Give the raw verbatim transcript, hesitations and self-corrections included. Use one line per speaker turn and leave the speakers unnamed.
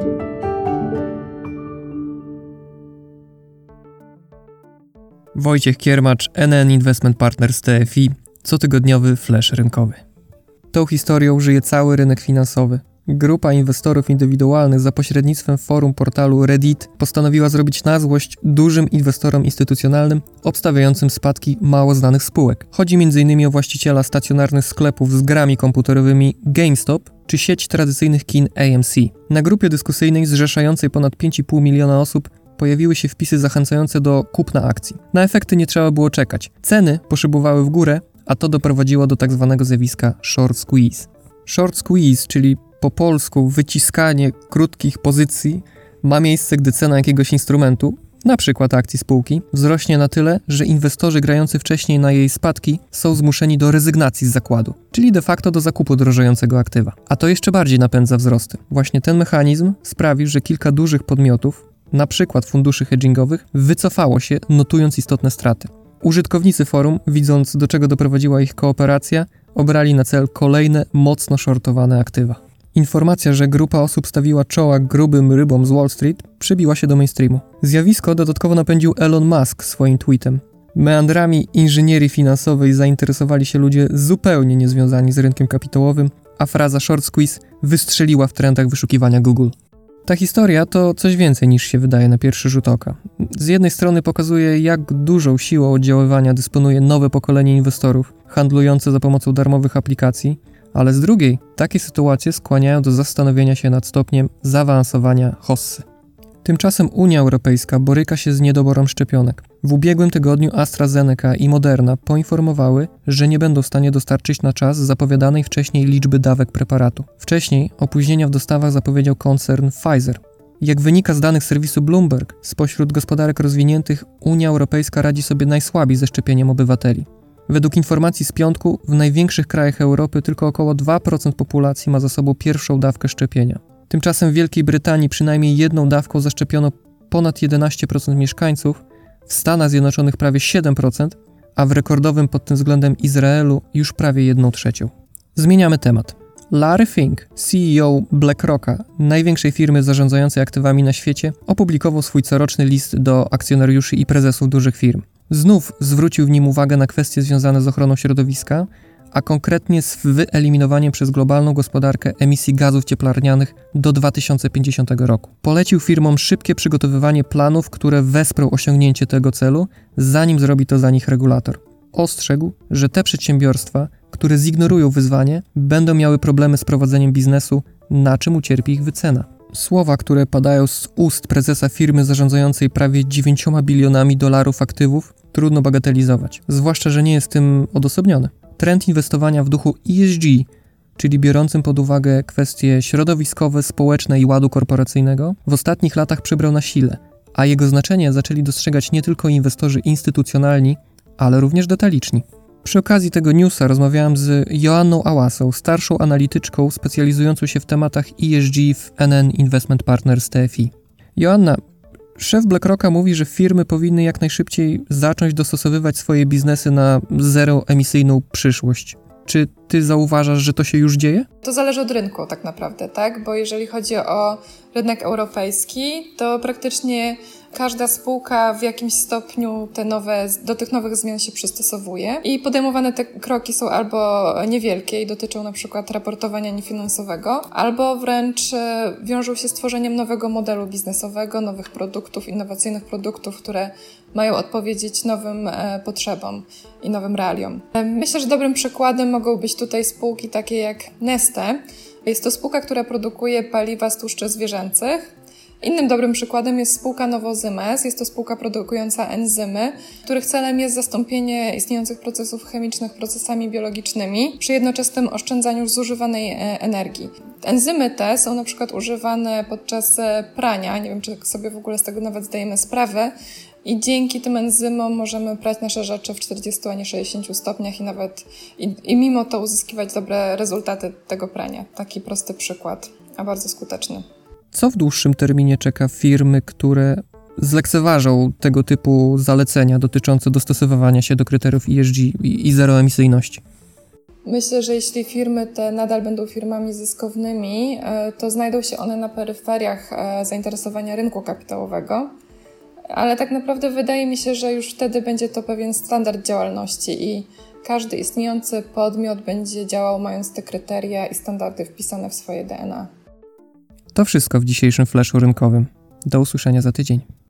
Wojciech Kiermacz, N N Investment Partners T F I, cotygodniowy flash rynkowy. Tą historią żyje cały rynek finansowy. Grupa inwestorów indywidualnych za pośrednictwem forum portalu Reddit postanowiła zrobić na złość dużym inwestorom instytucjonalnym obstawiającym spadki mało znanych spółek. Chodzi między innymi o właściciela stacjonarnych sklepów z grami komputerowymi GameStop czy sieć tradycyjnych kin A M C. Na grupie dyskusyjnej zrzeszającej ponad pięć i pół miliona osób pojawiły się wpisy zachęcające do kupna akcji. Na efekty nie trzeba było czekać. Ceny poszybowały w górę, a to doprowadziło do tak zwanego zjawiska short squeeze. Short squeeze, czyli po polsku wyciskanie krótkich pozycji, ma miejsce, gdy cena jakiegoś instrumentu, na przykład akcji spółki, wzrośnie na tyle, że inwestorzy grający wcześniej na jej spadki są zmuszeni do rezygnacji z zakładu, czyli de facto do zakupu drożejącego aktywa. A to jeszcze bardziej napędza wzrosty. Właśnie ten mechanizm sprawił, że kilka dużych podmiotów, na przykład funduszy hedgingowych, wycofało się, notując istotne straty. Użytkownicy forum, widząc do czego doprowadziła ich kooperacja, obrali na cel kolejne mocno shortowane aktywa. Informacja, że grupa osób stawiła czoła grubym rybom z Wall Street, przybiła się do mainstreamu. Zjawisko dodatkowo napędził Elon Musk swoim tweetem. Meandrami inżynierii finansowej zainteresowali się ludzie zupełnie niezwiązani z rynkiem kapitałowym, a fraza short squeeze wystrzeliła w trendach wyszukiwania Google. Ta historia to coś więcej niż się wydaje na pierwszy rzut oka. Z jednej strony pokazuje, jak dużą siłą oddziaływania dysponuje nowe pokolenie inwestorów handlujące za pomocą darmowych aplikacji, ale z drugiej takie sytuacje skłaniają do zastanowienia się nad stopniem zaawansowania hossy. Tymczasem Unia Europejska boryka się z niedoborem szczepionek. W ubiegłym tygodniu AstraZeneca i Moderna poinformowały, że nie będą w stanie dostarczyć na czas zapowiadanej wcześniej liczby dawek preparatu. Wcześniej opóźnienia w dostawach zapowiedział koncern Pfizer. Jak wynika z danych serwisu Bloomberg, spośród gospodarek rozwiniętych Unia Europejska radzi sobie najsłabiej ze szczepieniem obywateli. Według informacji z piątku w największych krajach Europy tylko około dwa procent populacji ma za sobą pierwszą dawkę szczepienia. Tymczasem w Wielkiej Brytanii przynajmniej jedną dawką zaszczepiono ponad jedenaście procent mieszkańców, w Stanach Zjednoczonych prawie siedem procent, a w rekordowym pod tym względem Izraelu już prawie jedną trzecią. Zmieniamy temat. Larry Fink, C E O BlackRocka, największej firmy zarządzającej aktywami na świecie, opublikował swój coroczny list do akcjonariuszy i prezesów dużych firm. Znów zwrócił w nim uwagę na kwestie związane z ochroną środowiska, a konkretnie z wyeliminowaniem przez globalną gospodarkę emisji gazów cieplarnianych do dwa tysiące pięćdziesiątego roku. Polecił firmom szybkie przygotowywanie planów, które wesprą osiągnięcie tego celu, zanim zrobi to za nich regulator. Ostrzegł, że te przedsiębiorstwa, które zignorują wyzwanie, będą miały problemy z prowadzeniem biznesu, na czym ucierpi ich wycena. Słowa, które padają z ust prezesa firmy zarządzającej prawie dziewięcioma bilionami dolarów aktywów, trudno bagatelizować, zwłaszcza, że nie jest tym odosobniony. Trend inwestowania w duchu E S G, czyli biorącym pod uwagę kwestie środowiskowe, społeczne i ładu korporacyjnego, w ostatnich latach przybrał na sile, a jego znaczenie zaczęli dostrzegać nie tylko inwestorzy instytucjonalni, ale również detaliczni. Przy okazji tego newsa rozmawiałem z Joanną Ałasą, starszą analityczką specjalizującą się w tematach E S G w N N Investment Partners T F I. Joanna, szef BlackRocka mówi, że firmy powinny jak najszybciej zacząć dostosowywać swoje biznesy na zeroemisyjną przyszłość. Czy ty zauważasz, że to się już dzieje?
To zależy od rynku tak naprawdę, tak? Bo jeżeli chodzi o rynek europejski, to praktycznie każda spółka w jakimś stopniu te nowe, do tych nowych zmian się przystosowuje i podejmowane te kroki są albo niewielkie i dotyczą na przykład raportowania niefinansowego, albo wręcz wiążą się z tworzeniem nowego modelu biznesowego, nowych produktów, innowacyjnych produktów, które mają odpowiedzieć nowym potrzebom i nowym realiom. Myślę, że dobrym przykładem mogą być tutaj spółki takie jak Neste. Jest to spółka, która produkuje paliwa z tłuszczy zwierzęcych. Innym dobrym przykładem jest spółka Novozymes. Jest to spółka produkująca enzymy, których celem jest zastąpienie istniejących procesów chemicznych procesami biologicznymi przy jednoczesnym oszczędzaniu zużywanej energii. Enzymy te są na przykład używane podczas prania, nie wiem, czy sobie w ogóle z tego nawet zdajemy sprawę, i dzięki tym enzymom możemy prać nasze rzeczy w czterdziestu, a nie sześćdziesięciu stopniach i nawet i, i mimo to uzyskiwać dobre rezultaty tego prania. Taki prosty przykład, a bardzo skuteczny.
Co w dłuższym terminie czeka firmy, które zlekceważą tego typu zalecenia dotyczące dostosowywania się do kryteriów E S G i zeroemisyjności?
Myślę, że jeśli firmy te nadal będą firmami zyskownymi, to znajdą się one na peryferiach zainteresowania rynku kapitałowego, ale tak naprawdę wydaje mi się, że już wtedy będzie to pewien standard działalności i każdy istniejący podmiot będzie działał mając te kryteria i standardy wpisane w swoje D N A.
To wszystko w dzisiejszym flashu rynkowym. Do usłyszenia za tydzień.